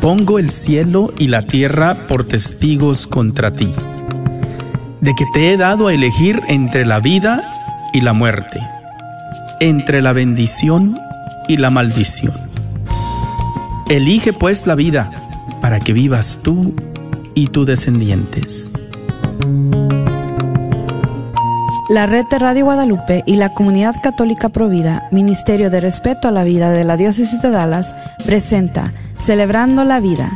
pongo el cielo y la tierra por testigos contra ti, de que te he dado a elegir entre la vida y la muerte, entre la bendición y la maldición. Elige pues la vida, para que vivas tú y tus descendientes. La Red de Radio Guadalupe y la Comunidad Católica Provida, Ministerio de Respeto a la Vida de la Diócesis de Dallas, presenta Celebrando la Vida.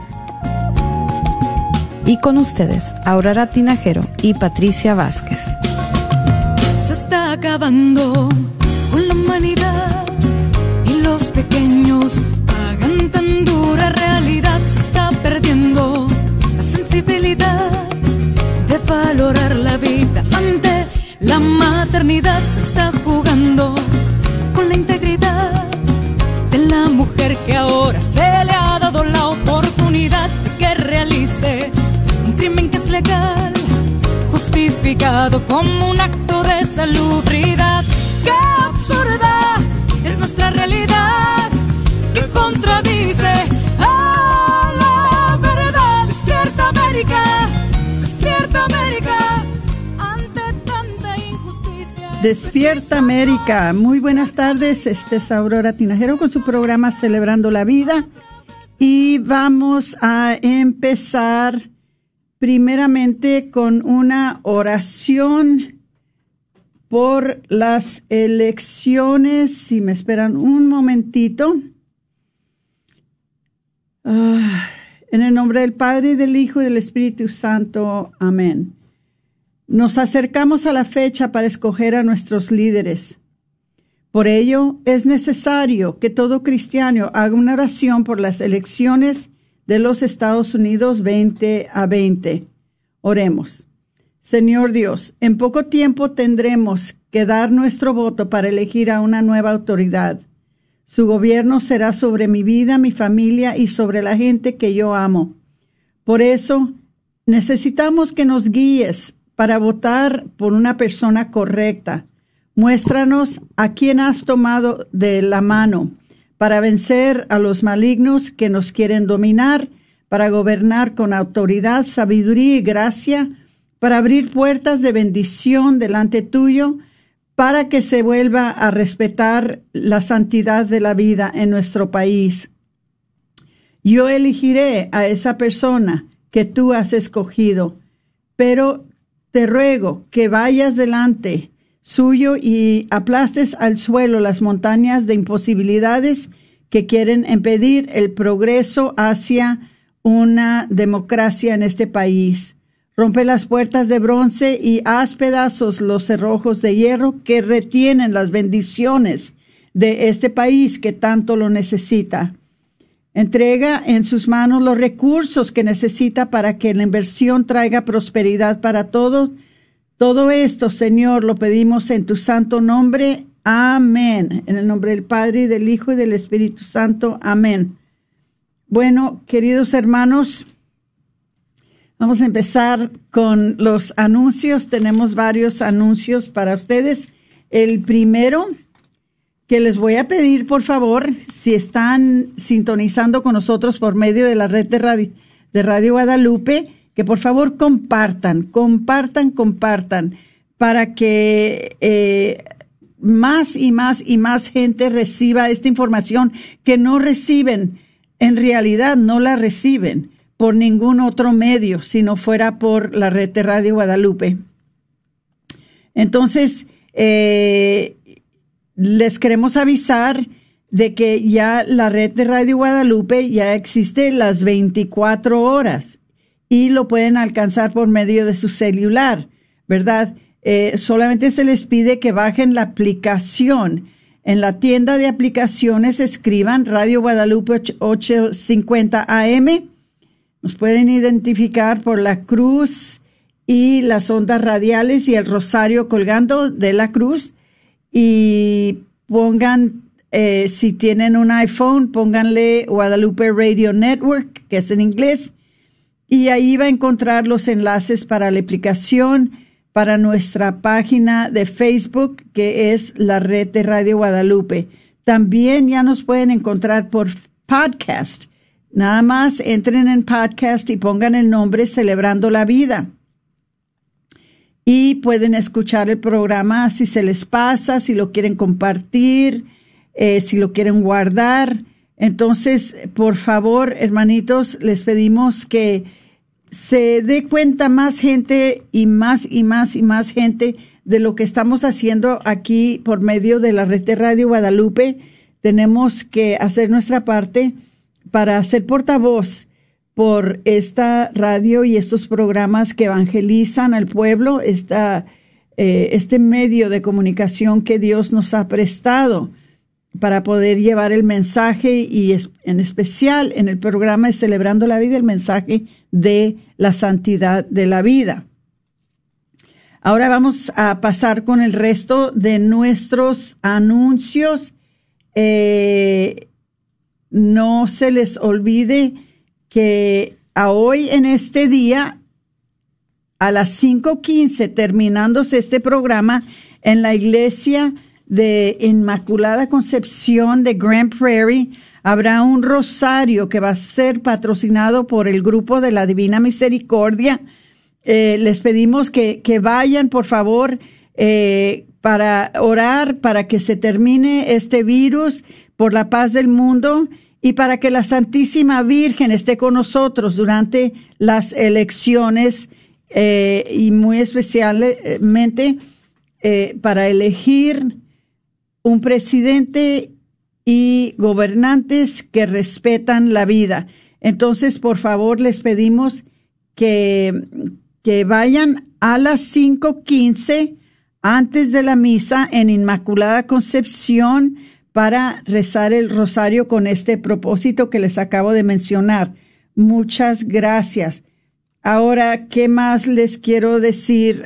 Y con ustedes, Aurora Tinajero y Patricia Vázquez. Se está acabando con la humanidad y los pequeños pagan tan dura realidad. Se está perdiendo la sensibilidad de valorar la vida ante la maternidad. Se está jugando con la integridad de la mujer, que ahora se le ha dado la oportunidad de que realice un crimen que es legal, justificado como un acto de salubridad. ¡Qué absurda es nuestra realidad, que contradice a la verdad! ¡Despierta América! ¡Despierta América! Ante tanta injusticia. Despierta América. Muy buenas tardes. Esta es Aurora Tinajero con su programa Celebrando la Vida. Y vamos a empezar primeramente con una oración por las elecciones. Si me esperan un momentito. En el nombre del Padre, y del Hijo, y del Espíritu Santo. Amén. Nos acercamos a la fecha para escoger a nuestros líderes. Por ello, es necesario que todo cristiano haga una oración por las elecciones de los Estados Unidos 2020. Oremos. Señor Dios, en poco tiempo tendremos que dar nuestro voto para elegir a una nueva autoridad. Su gobierno será sobre mi vida, mi familia y sobre la gente que yo amo. Por eso, necesitamos que nos guíes para votar por una persona correcta. Muéstranos a quién has tomado de la mano para vencer a los malignos que nos quieren dominar, para gobernar con autoridad, sabiduría y gracia, para abrir puertas de bendición delante tuyo, para que se vuelva a respetar la santidad de la vida en nuestro país. Yo elegiré a esa persona que tú has escogido, pero te ruego que vayas delante suyo y aplastes al suelo las montañas de imposibilidades que quieren impedir el progreso hacia una democracia en este país. Rompe las puertas de bronce y haz pedazos los cerrojos de hierro que retienen las bendiciones de este país que tanto lo necesita. Entrega en sus manos los recursos que necesita para que la inversión traiga prosperidad para todos. Todo esto, Señor, lo pedimos en tu santo nombre. Amén. En el nombre del Padre, y del Hijo, y del Espíritu Santo. Amén. Bueno, queridos hermanos, vamos a empezar con los anuncios. Tenemos varios anuncios para ustedes. El primero que les voy a pedir, por favor, si están sintonizando con nosotros por medio de la red de Radio Guadalupe, que por favor compartan, para que más y más gente reciba esta información que no reciben, en realidad no la reciben por ningún otro medio, si no fuera por la red de Radio Guadalupe. Entonces, les queremos avisar de que ya la red de Radio Guadalupe ya existe las 24 horas y lo pueden alcanzar por medio de su celular, ¿verdad? Solamente se les pide que bajen la aplicación. En la tienda de aplicaciones escriban Radio Guadalupe 850 AM. Nos pueden identificar por la cruz y las ondas radiales y el rosario colgando de la cruz. Y pongan, si tienen un iPhone, pónganle Guadalupe Radio Network, que es en inglés. Y ahí va a encontrar los enlaces para la aplicación, para nuestra página de Facebook, que es la red de Radio Guadalupe. También ya nos pueden encontrar por podcast Nada más entren en podcast y pongan el nombre Celebrando la Vida. Y pueden escuchar el programa si se les pasa, si lo quieren compartir, si lo quieren guardar. Entonces, por favor, hermanitos, les pedimos que se dé cuenta más gente y más gente de lo que estamos haciendo aquí por medio de la red de Radio Guadalupe. Tenemos que hacer nuestra parte para ser portavoz por esta radio y estos programas que evangelizan al pueblo, este medio de comunicación que Dios nos ha prestado para poder llevar el mensaje y en especial en el programa de Celebrando la Vida, el mensaje de la santidad de la vida. Ahora vamos a pasar con el resto de nuestros anuncios. No se les olvide que a hoy en este día, a las 5:15, terminándose este programa en la iglesia de Inmaculada Concepción de Grand Prairie, habrá un rosario que va a ser patrocinado por el grupo de la Divina Misericordia. Les pedimos que vayan, por favor, para orar, para que se termine este virus, por la paz del mundo y para que la Santísima Virgen esté con nosotros durante las elecciones y muy especialmente para elegir un presidente y gobernantes que respetan la vida. Entonces, por favor, les pedimos que vayan a las 5:15 antes de la misa en Inmaculada Concepción para rezar el rosario con este propósito que les acabo de mencionar. Muchas gracias. Ahora, ¿qué más les quiero decir?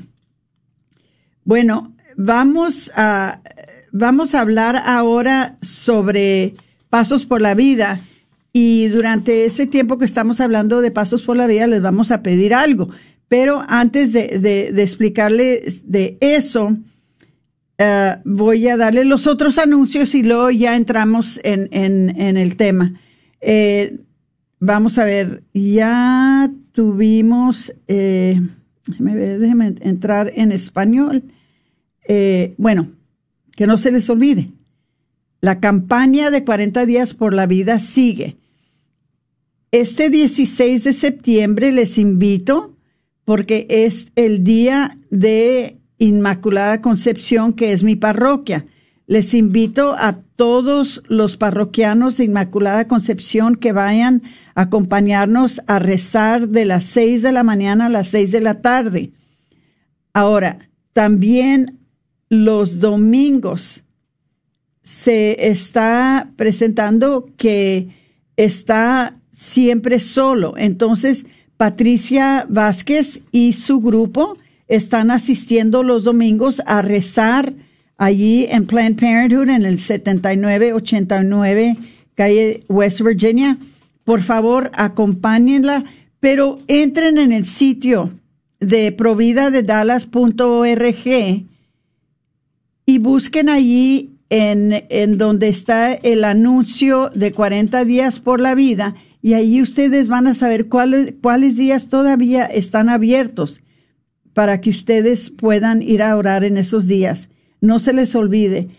Bueno, vamos a hablar ahora sobre Pasos por la Vida. Y durante ese tiempo que estamos hablando de Pasos por la Vida, les vamos a pedir algo. Pero antes de explicarles de eso, voy a darle los otros anuncios y luego ya entramos en el tema. Vamos a ver, ya tuvimos, déjenme entrar en español. Bueno, que no se les olvide, la campaña de 40 días por la vida sigue. Este 16 de septiembre les invito, porque es el día de Inmaculada Concepción, que es mi parroquia. Les invito a todos los parroquianos de Inmaculada Concepción que vayan a acompañarnos a rezar de las 6 de la mañana a las 6 de la tarde. Ahora, también los domingos se está presentando que está siempre solo. Entonces, Patricia Vázquez y su grupo están asistiendo los domingos a rezar allí en Planned Parenthood en el 7989 calle West Virginia. Por favor, acompáñenla, pero entren en el sitio de providadedallas.org y busquen allí en donde está el anuncio de 40 días por la vida, y ahí ustedes van a saber cuáles días todavía están abiertos para que ustedes puedan ir a orar en esos días. No se les olvide,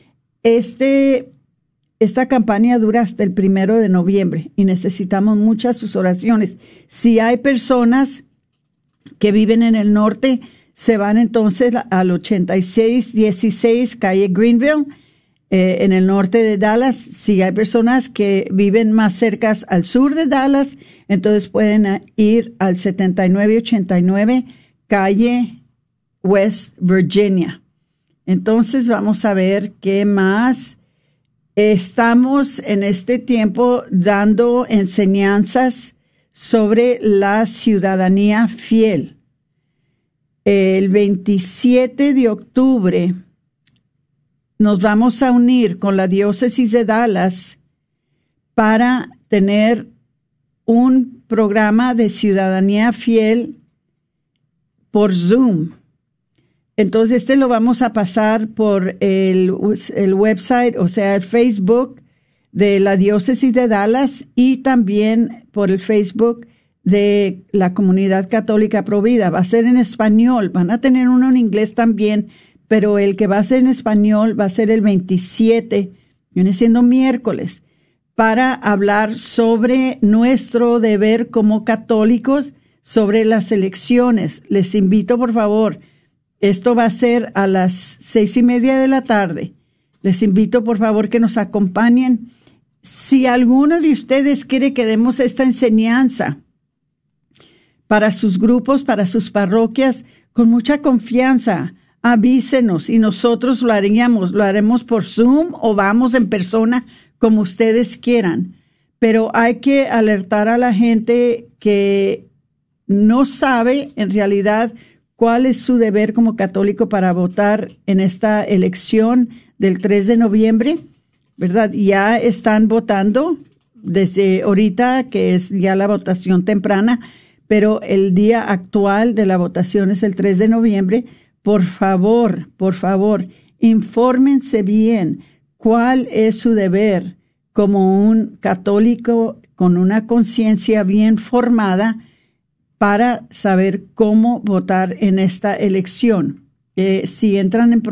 esta campaña dura hasta el 1 de noviembre y necesitamos muchas sus oraciones. Si hay personas que viven en el norte, se van entonces al 8616 calle Greenville, en el norte de Dallas. Si hay personas que viven más cerca al sur de Dallas, entonces pueden ir al 7989 calle West Virginia. Entonces vamos a ver qué más. Estamos en este tiempo dando enseñanzas sobre la ciudadanía fiel. El 27 de octubre nos vamos a unir con la diócesis de Dallas para tener un programa de ciudadanía fiel por Zoom. Entonces, lo vamos a pasar por el website, o sea, el Facebook de la Diócesis de Dallas y también por el Facebook de la Comunidad Católica Provida. Va a ser en español, van a tener uno en inglés también, pero el que va a ser en español va a ser el 27, viene siendo miércoles, para hablar sobre nuestro deber como católicos, sobre las elecciones. Les invito, por favor, esto va a ser a las 6:30 de la tarde. Les invito, por favor, que nos acompañen. Si alguno de ustedes quiere que demos esta enseñanza para sus grupos, para sus parroquias, con mucha confianza, avísenos y nosotros lo haremos por Zoom o vamos en persona, como ustedes quieran. Pero hay que alertar a la gente que no sabe en realidad cuál es su deber como católico para votar en esta elección del 3 de noviembre, ¿verdad? Ya están votando desde ahorita, que es ya la votación temprana, pero el día actual de la votación es el 3 de noviembre. Por favor, infórmense bien cuál es su deber como un católico con una conciencia bien formada para saber cómo votar en esta elección. Si entran en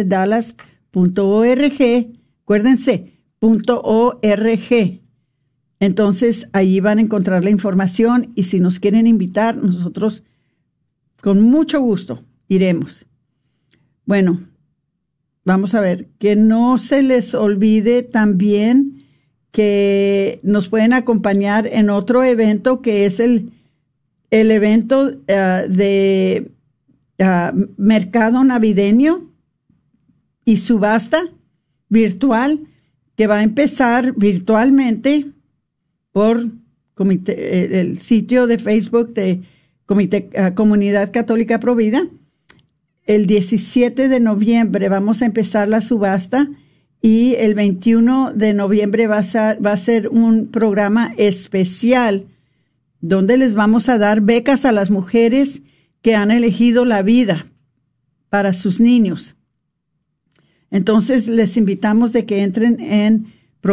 providadedallas.org, acuérdense, .org. Entonces, allí van a encontrar la información y si nos quieren invitar, nosotros con mucho gusto iremos. Bueno, vamos a ver, que no se les olvide también que nos pueden acompañar en otro evento que es el evento de mercado navideño y subasta virtual que va a empezar virtualmente por el sitio de Facebook de Comunidad Católica Provida. El 17 de noviembre vamos a empezar la subasta y el 21 de noviembre va a ser un programa especial donde les vamos a dar becas a las mujeres que han elegido la vida para sus niños. Entonces les invitamos de que entren en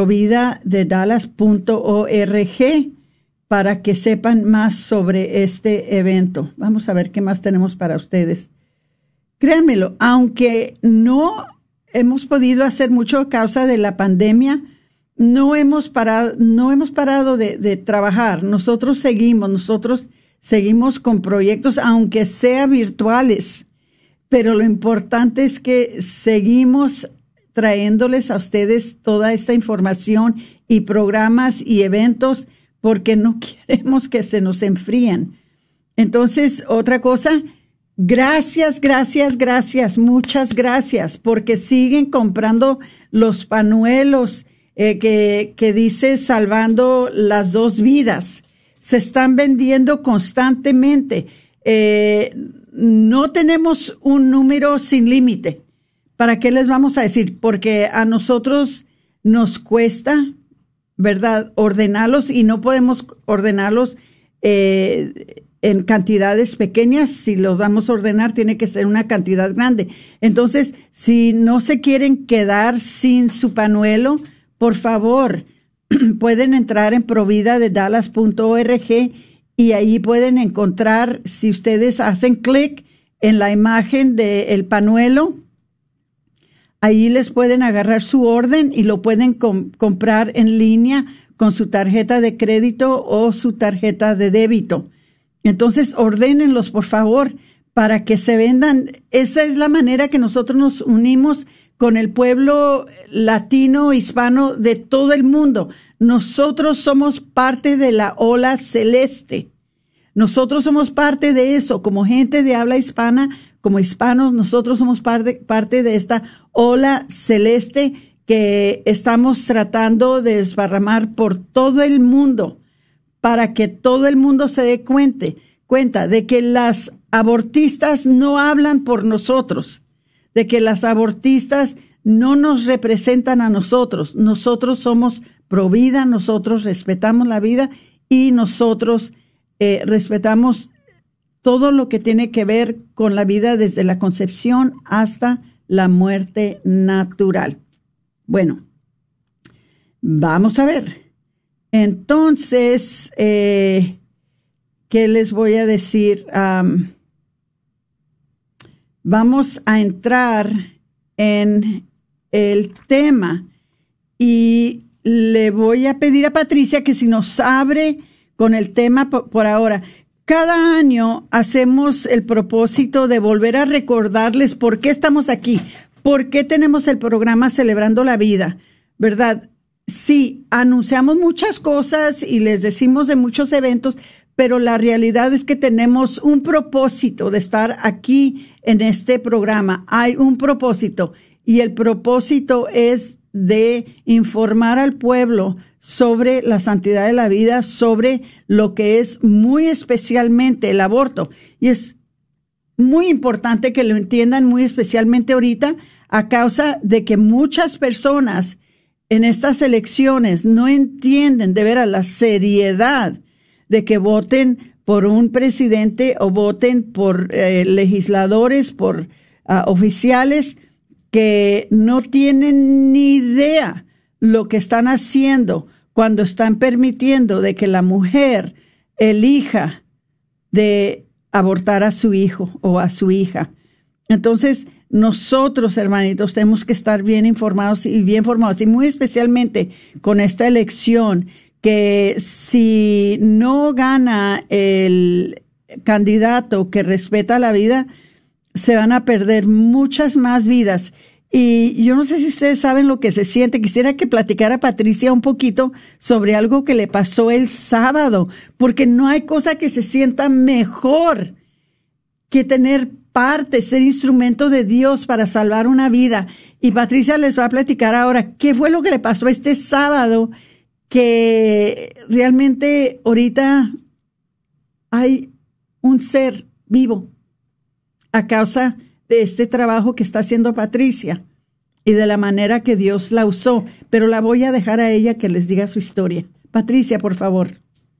providadedallas.org para que sepan más sobre este evento. Vamos a ver qué más tenemos para ustedes. Créanmelo, aunque no hemos podido hacer mucho a causa de la pandemia, no hemos parado de trabajar. Nosotros seguimos con proyectos, aunque sea virtuales, pero lo importante es que seguimos trayéndoles a ustedes toda esta información y programas y eventos porque no queremos que se nos enfríen. Entonces, otra cosa, gracias, muchas gracias, porque siguen comprando los pañuelos que dice salvando las dos vidas. Se están vendiendo constantemente. No tenemos un número sin límite. ¿Para qué les vamos a decir? Porque a nosotros nos cuesta, ¿verdad?, ordenarlos y no podemos ordenarlos en cantidades pequeñas. Si los vamos a ordenar, tiene que ser una cantidad grande. Entonces, si no se quieren quedar sin su pañuelo, por favor, pueden entrar en providadedallas.org y ahí pueden encontrar, si ustedes hacen clic en la imagen del pañuelo, ahí les pueden agarrar su orden y lo pueden comprar en línea con su tarjeta de crédito o su tarjeta de débito. Entonces, ordénenlos, por favor, para que se vendan. Esa es la manera que nosotros nos unimos con el pueblo latino, hispano de todo el mundo. Nosotros somos parte de la ola celeste. Nosotros somos parte de eso, como gente de habla hispana, como hispanos, nosotros somos parte de esta ola celeste que estamos tratando de desparramar por todo el mundo para que todo el mundo se dé cuenta de que las abortistas no hablan por nosotros, de que las abortistas no nos representan a nosotros. Nosotros somos pro vida, nosotros respetamos la vida y nosotros respetamos todo lo que tiene que ver con la vida desde la concepción hasta la muerte natural. Bueno, Vamos a ver. Entonces, ¿qué les voy a decir? Vamos a entrar en el tema y le voy a pedir a Patricia que si nos abre con el tema por ahora. Cada año hacemos el propósito de volver a recordarles por qué estamos aquí, por qué tenemos el programa Celebrando la Vida, ¿verdad? Sí, anunciamos muchas cosas y les decimos de muchos eventos, pero la realidad es que tenemos un propósito de estar aquí en este programa. Hay un propósito y el propósito es de informar al pueblo sobre la santidad de la vida, sobre lo que es muy especialmente el aborto. Y es muy importante que lo entiendan muy especialmente ahorita a causa de que muchas personas en estas elecciones no entienden de veras la seriedad de que voten por un presidente o voten por legisladores, por oficiales que no tienen ni idea lo que están haciendo cuando están permitiendo de que la mujer elija de abortar a su hijo o a su hija. Entonces, nosotros, hermanitos, tenemos que estar bien informados y muy especialmente con esta elección, que si no gana el candidato que respeta la vida, se van a perder muchas más vidas. Y yo no sé si ustedes saben lo que se siente. Quisiera que platicara Patricia un poquito sobre algo que le pasó el sábado, porque no hay cosa que se sienta mejor que tener parte, ser instrumento de Dios para salvar una vida. Y Patricia les va a platicar ahora qué fue lo que le pasó este sábado, que realmente ahorita hay un ser vivo a causa de este trabajo que está haciendo Patricia y de la manera que Dios la usó. Pero la voy a dejar a ella que les diga su historia. Patricia, por favor.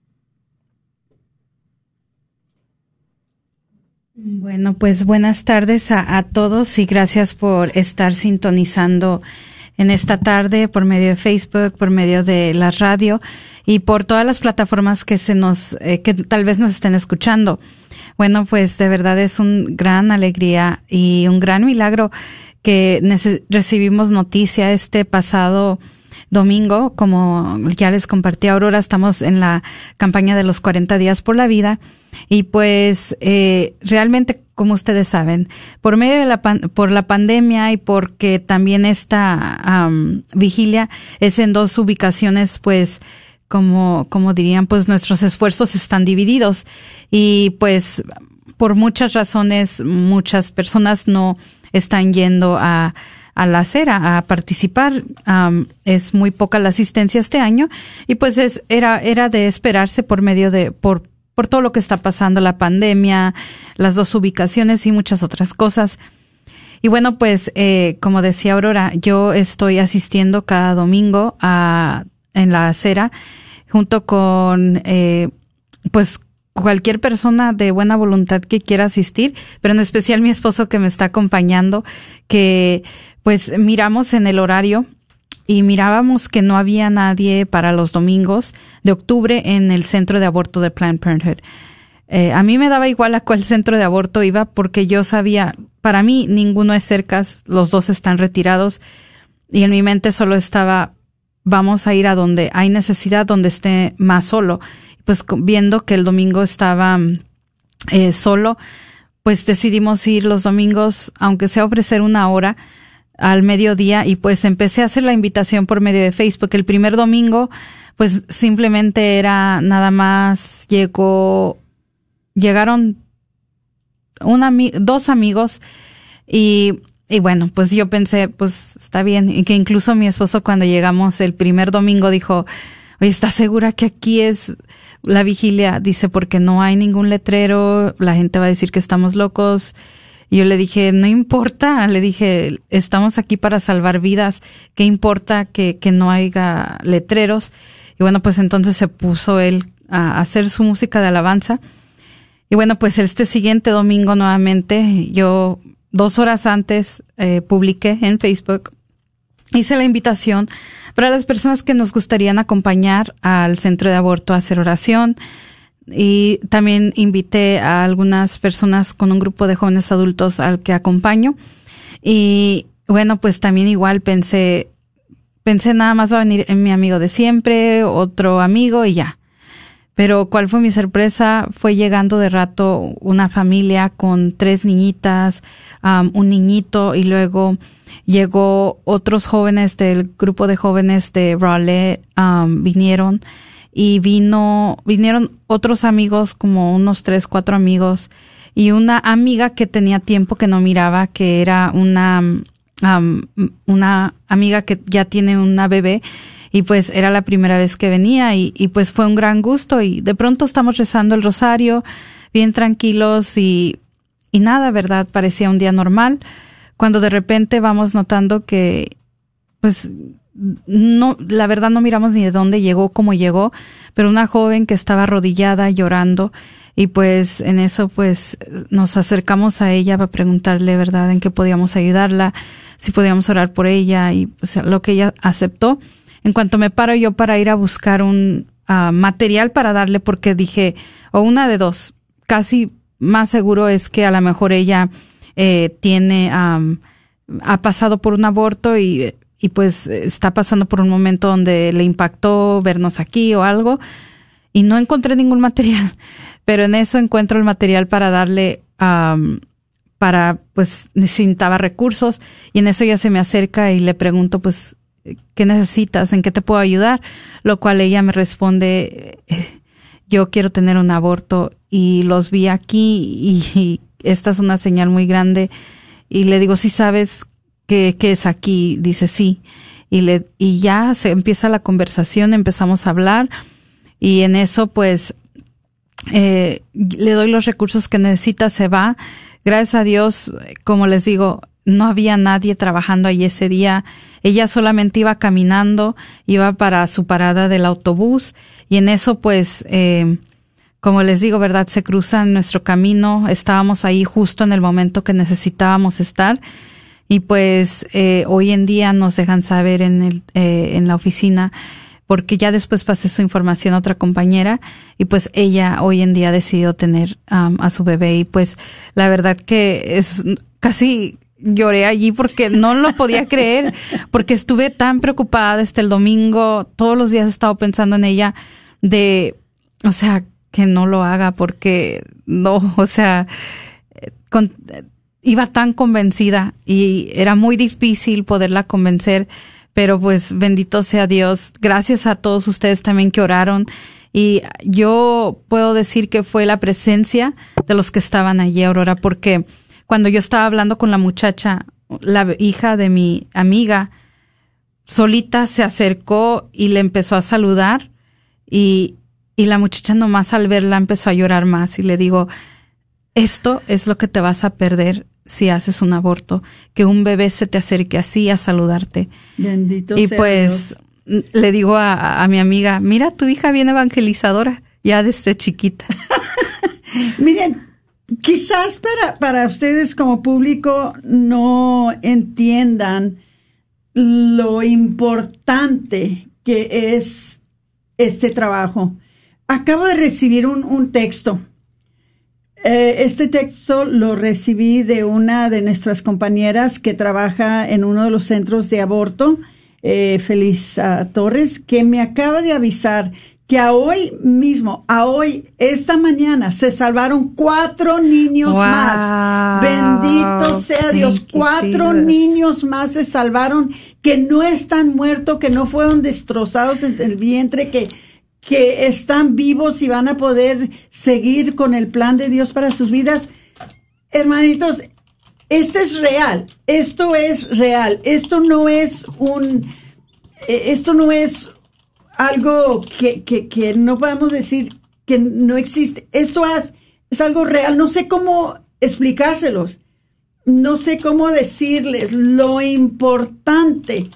Bueno, pues buenas tardes a todos y gracias por estar sintonizando en esta tarde por medio de Facebook, por medio de la radio y por todas las plataformas que que tal vez nos estén escuchando. Bueno, pues de verdad es una gran alegría y un gran milagro que recibimos noticia este pasado domingo. Como ya les compartí, Aurora, estamos en la campaña de los 40 días por la vida y pues realmente, como ustedes saben, por medio de por la pandemia y porque también esta vigilia es en 2 ubicaciones, pues como dirían, pues nuestros esfuerzos están divididos y pues por muchas razones muchas personas no están yendo a la acera a participar. Es muy poca la asistencia este año y pues era de esperarse por medio de por todo lo que está pasando, la pandemia, las 2 ubicaciones y muchas otras cosas. Y bueno, pues como decía Aurora, yo estoy asistiendo cada domingo en la acera junto con pues cualquier persona de buena voluntad que quiera asistir, pero en especial mi esposo que me está acompañando, que pues miramos en el horario y mirábamos que no había nadie para los domingos de octubre en el centro de aborto de Planned Parenthood. A mí me daba igual a cuál centro de aborto iba porque yo sabía, para mí ninguno es cerca, los 2 están retirados y en mi mente solo estaba, vamos a ir a donde hay necesidad, donde esté más solo. Pues viendo que el domingo estaba solo, pues decidimos ir los domingos, aunque sea ofrecer 1 hora al mediodía, y pues empecé a hacer la invitación por medio de Facebook. El primer domingo, pues simplemente era nada más, llegaron 2 amigos y bueno, pues yo pensé, pues está bien, y que incluso mi esposo cuando llegamos el primer domingo dijo, oye, ¿estás segura que aquí es la vigilia? Dice, porque no hay ningún letrero, la gente va a decir que estamos locos. Y yo le dije, no importa, le dije, estamos aquí para salvar vidas, ¿qué importa que no haya letreros? Y bueno, pues entonces se puso él a hacer su música de alabanza. Y bueno, pues este siguiente domingo nuevamente, yo 2 horas antes publiqué en Facebook hice la invitación para las personas que nos gustarían acompañar al centro de aborto a hacer oración. Y también invité a algunas personas con un grupo de jóvenes adultos al que acompaño. Y bueno, pues también igual pensé nada más va a venir mi amigo de siempre, otro amigo y ya. Pero ¿cuál fue mi sorpresa? Fue llegando de rato una familia con 3 niñitas, un niñito, y luego llegó otros jóvenes del grupo de jóvenes de Raleigh, vinieron, y vinieron otros amigos, como unos 3, 4 amigos, y una amiga que tenía tiempo que no miraba, que era una amiga que ya tiene una bebé, y pues era la primera vez que venía y pues fue un gran gusto, y de pronto estamos rezando el rosario bien tranquilos y nada, ¿verdad? Parecía un día normal, cuando de repente vamos notando que pues no, la verdad no miramos ni de dónde llegó, cómo llegó, pero una joven que estaba arrodillada llorando, y pues en eso pues nos acercamos a ella para preguntarle, ¿verdad?, en qué podíamos ayudarla, si podíamos orar por ella, y pues lo que ella aceptó. En cuanto me paro yo para ir a buscar un material para darle, porque dije, o una de dos, casi más seguro es que a lo mejor ella ha pasado por un aborto y pues está pasando por un momento donde le impactó vernos aquí o algo, y no encontré ningún material, pero en eso encuentro el material para darle, pues necesitaba recursos, y en eso ella se me acerca y le pregunto, pues, ¿qué necesitas? ¿En qué te puedo ayudar? Lo cual ella me responde, yo quiero tener un aborto y los vi aquí y esta es una señal muy grande. Y le digo, ¿sí sabes qué es aquí? Dice, sí. Y ya se empieza la conversación, empezamos a hablar, y en eso pues le doy los recursos que necesita, se va. Gracias a Dios, como les digo, no había nadie trabajando ahí ese día. Ella solamente iba caminando, iba para su parada del autobús, y en eso pues, como les digo, ¿verdad?, se cruzan nuestro camino. Estábamos ahí justo en el momento que necesitábamos estar, y pues hoy en día nos dejan saber en la oficina, porque ya después pasé su información a otra compañera, y pues ella hoy en día decidió tener a su bebé, y pues la verdad que es casi lloré allí porque no lo podía creer, porque estuve tan preocupada desde el domingo, todos los días he estado pensando en ella, o sea, que no lo haga, porque no, o sea, iba tan convencida y era muy difícil poderla convencer, pero pues bendito sea Dios, gracias a todos ustedes también que oraron, y yo puedo decir que fue la presencia de los que estaban allí, Aurora, porque cuando yo estaba hablando con la muchacha, la hija de mi amiga, solita se acercó y le empezó a saludar, y la muchacha nomás al verla empezó a llorar más, y le digo, esto es lo que te vas a perder si haces un aborto, que un bebé se te acerque así a saludarte. Bendito y sea pues Dios. Le digo a mi amiga, mira, tu hija bien evangelizadora, ya desde chiquita. Miren, quizás para ustedes como público no entiendan lo importante que es este trabajo. Acabo de recibir un texto. Este texto lo recibí de una de nuestras compañeras que trabaja en uno de los centros de aborto, Feliz Torres, que me acaba de avisar que esta mañana, se salvaron 4 niños más. Bendito sea Dios. 4 niños más se salvaron, que no están muertos, que no fueron destrozados en el vientre, que están vivos y van a poder seguir con el plan de Dios para sus vidas. Hermanitos, esto es real. Esto es real. Esto no es algo que no podemos decir que no existe. Esto es algo real. No sé cómo explicárselos. No sé cómo decirles lo importante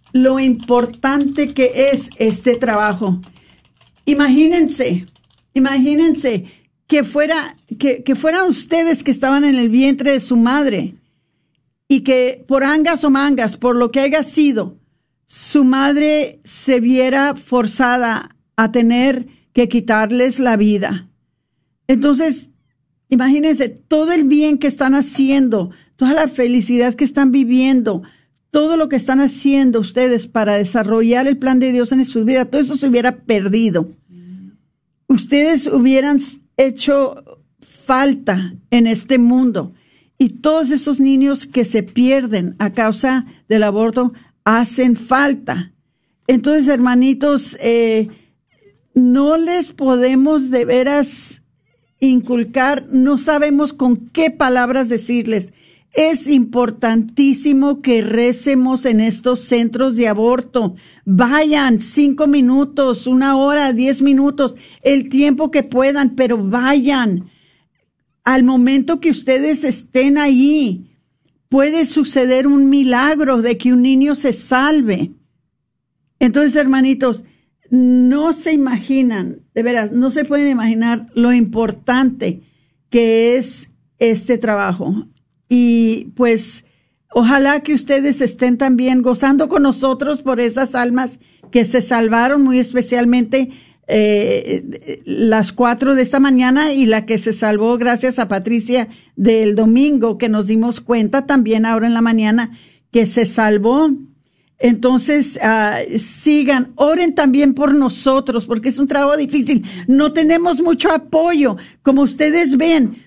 que es este trabajo. Imagínense que fueran ustedes que estaban en el vientre de su madre, y que por angas o mangas, por lo que haya sido, su madre se viera forzada a tener que quitarles la vida. Entonces, imagínense todo el bien que están haciendo, toda la felicidad que están viviendo, todo lo que están haciendo ustedes para desarrollar el plan de Dios en su vida, todo eso se hubiera perdido. Ustedes hubieran hecho falta en este mundo. Y todos esos niños que se pierden a causa del aborto hacen falta. Entonces, hermanitos, no les podemos de veras inculcar, no sabemos con qué palabras decirles. Es importantísimo que recemos en estos centros de aborto. Vayan 5 minutos, 1 hora, 10 minutos, el tiempo que puedan, pero vayan. Al momento que ustedes estén ahí, puede suceder un milagro de que un niño se salve. Entonces, hermanitos, no se imaginan, de veras, no se pueden imaginar lo importante que es este trabajo. Y pues, ojalá que ustedes estén también gozando con nosotros por esas almas que se salvaron, muy especialmente las 4 de esta mañana y la que se salvó gracias a Patricia del domingo, que nos dimos cuenta también ahora en la mañana que se salvó. Entonces, sigan, oren también por nosotros, porque es un trabajo difícil. No tenemos mucho apoyo. Como ustedes ven,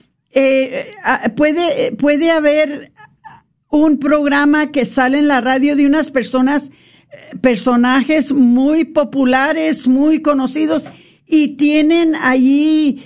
puede haber un programa que sale en la radio de unas personajes muy populares, muy conocidos, y tienen allí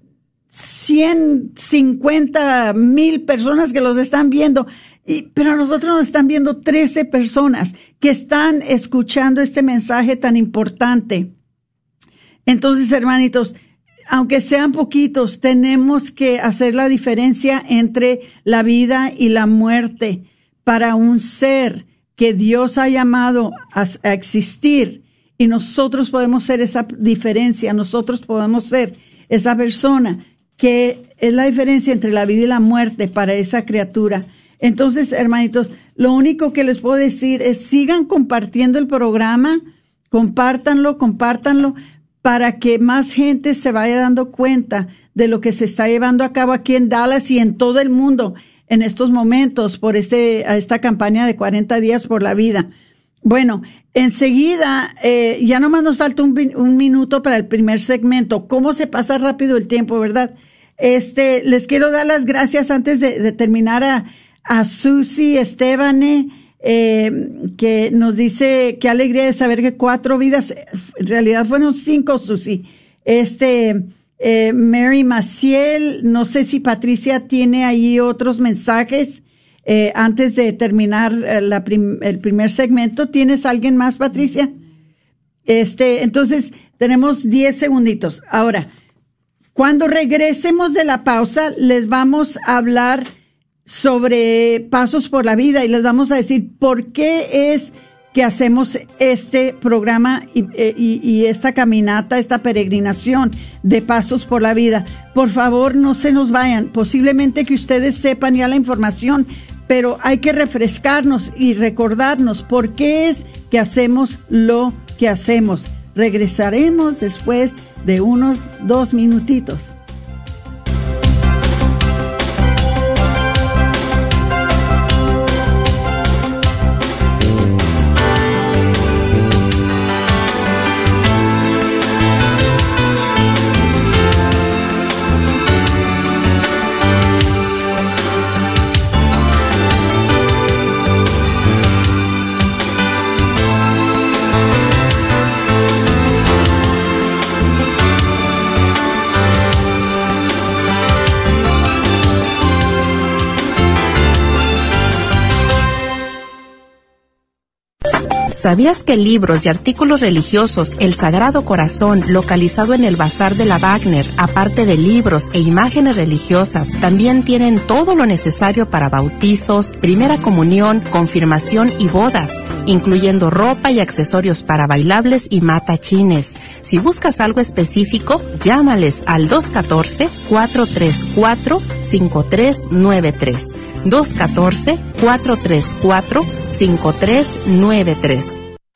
150,000 personas que los están viendo. Pero a nosotros nos están viendo 13 personas que están escuchando este mensaje tan importante. Entonces, hermanitos, aunque sean poquitos, tenemos que hacer la diferencia entre la vida y la muerte para un ser que Dios ha llamado a existir, y nosotros podemos ser esa diferencia, nosotros podemos ser esa persona que es la diferencia entre la vida y la muerte para esa criatura. Entonces, hermanitos, lo único que les puedo decir es sigan compartiendo el programa, compártanlo, para que más gente se vaya dando cuenta de lo que se está llevando a cabo aquí en Dallas y en todo el mundo en estos momentos por esta campaña de 40 días por la vida. Bueno, enseguida, ya nomás nos falta un minuto para el primer segmento. ¿Cómo se pasa rápido el tiempo, verdad? Les quiero dar las gracias antes de terminar a Susi Estebane, que nos dice qué alegría de saber que 4 vidas, en realidad fueron 5, Susi. Mary Maciel, no sé si Patricia tiene ahí otros mensajes antes de terminar el primer segmento. ¿Tienes alguien más, Patricia? Entonces tenemos 10 segunditos. Ahora, cuando regresemos de la pausa, les vamos a hablar sobre Pasos por la Vida y les vamos a decir por qué es que hacemos este programa y esta caminata, esta peregrinación de Pasos por la Vida. Por favor, no se nos vayan. Posiblemente que ustedes sepan ya la información, pero hay que refrescarnos y recordarnos por qué es que hacemos lo que hacemos. Regresaremos después de unos 2 minutitos. ¿Sabías que libros y artículos religiosos El Sagrado Corazón, localizado en el Bazar de la Wagner, aparte de libros e imágenes religiosas, también tienen todo lo necesario para bautizos, primera comunión, confirmación y bodas, incluyendo ropa y accesorios para bailables y matachines? Si buscas algo específico, llámales al 214-434-5393. 214-434-5393.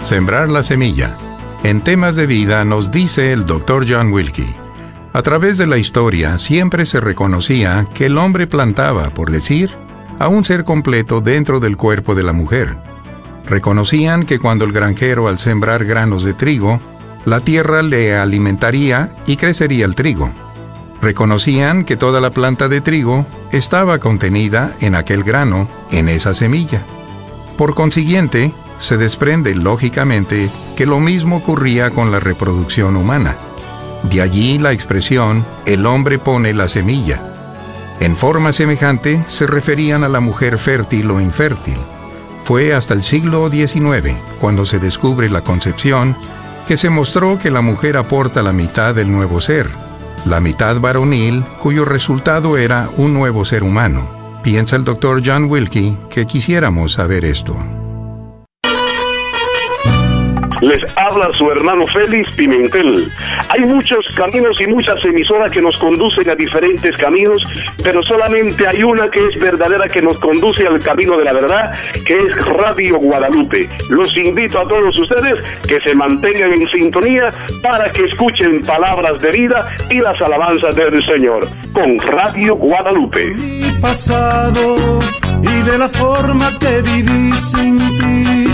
Sembrar la semilla. En Temas de Vida nos dice el Dr. John Wilkie: a través de la historia siempre se reconocía que el hombre plantaba, por decir, a un ser completo dentro del cuerpo de la mujer. Reconocían que cuando el granjero, al sembrar granos de trigo, la tierra le alimentaría y crecería el trigo. Reconocían que toda la planta de trigo estaba contenida en aquel grano, en esa semilla. Por consiguiente, se desprende lógicamente que lo mismo ocurría con la reproducción humana. De allí la expresión, el hombre pone la semilla. En forma semejante se referían a la mujer fértil o infértil. Fue hasta el siglo XIX, cuando se descubre la concepción, que se mostró que la mujer aporta la mitad del nuevo ser, la mitad varonil, cuyo resultado era un nuevo ser humano. Piensa el Dr. John Wilkie que quisiéramos saber esto. Les habla su hermano Félix Pimentel. Hay muchos caminos y muchas emisoras que nos conducen a diferentes caminos, pero solamente hay una que es verdadera, que nos conduce al camino de la verdad, que es Radio Guadalupe. Los invito a todos ustedes que se mantengan en sintonía para que escuchen palabras de vida y las alabanzas del Señor con Radio Guadalupe. Mi pasado y de la forma que viví sin ti.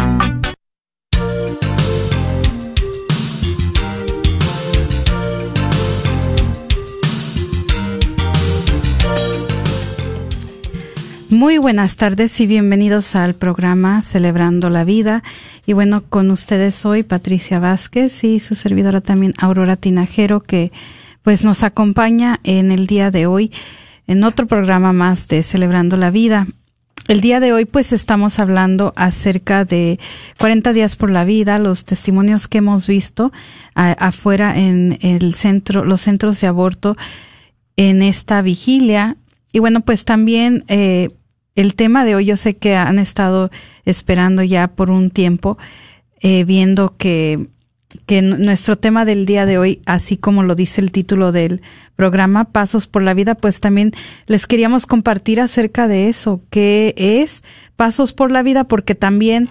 Muy buenas tardes y bienvenidos al programa Celebrando la Vida. Y bueno, con ustedes hoy Patricia Vázquez y su servidora también Aurora Tinajero, que pues nos acompaña en el día de hoy en otro programa más de Celebrando la Vida. El día de hoy pues estamos hablando acerca de 40 días por la vida, los testimonios que hemos visto afuera en el centro, los centros de aborto en esta vigilia. Y bueno, pues también el tema de hoy, yo sé que han estado esperando ya por un tiempo, viendo que nuestro tema del día de hoy, así como lo dice el título del programa, Pasos por la Vida, pues también les queríamos compartir acerca de eso, qué es Pasos por la Vida, porque también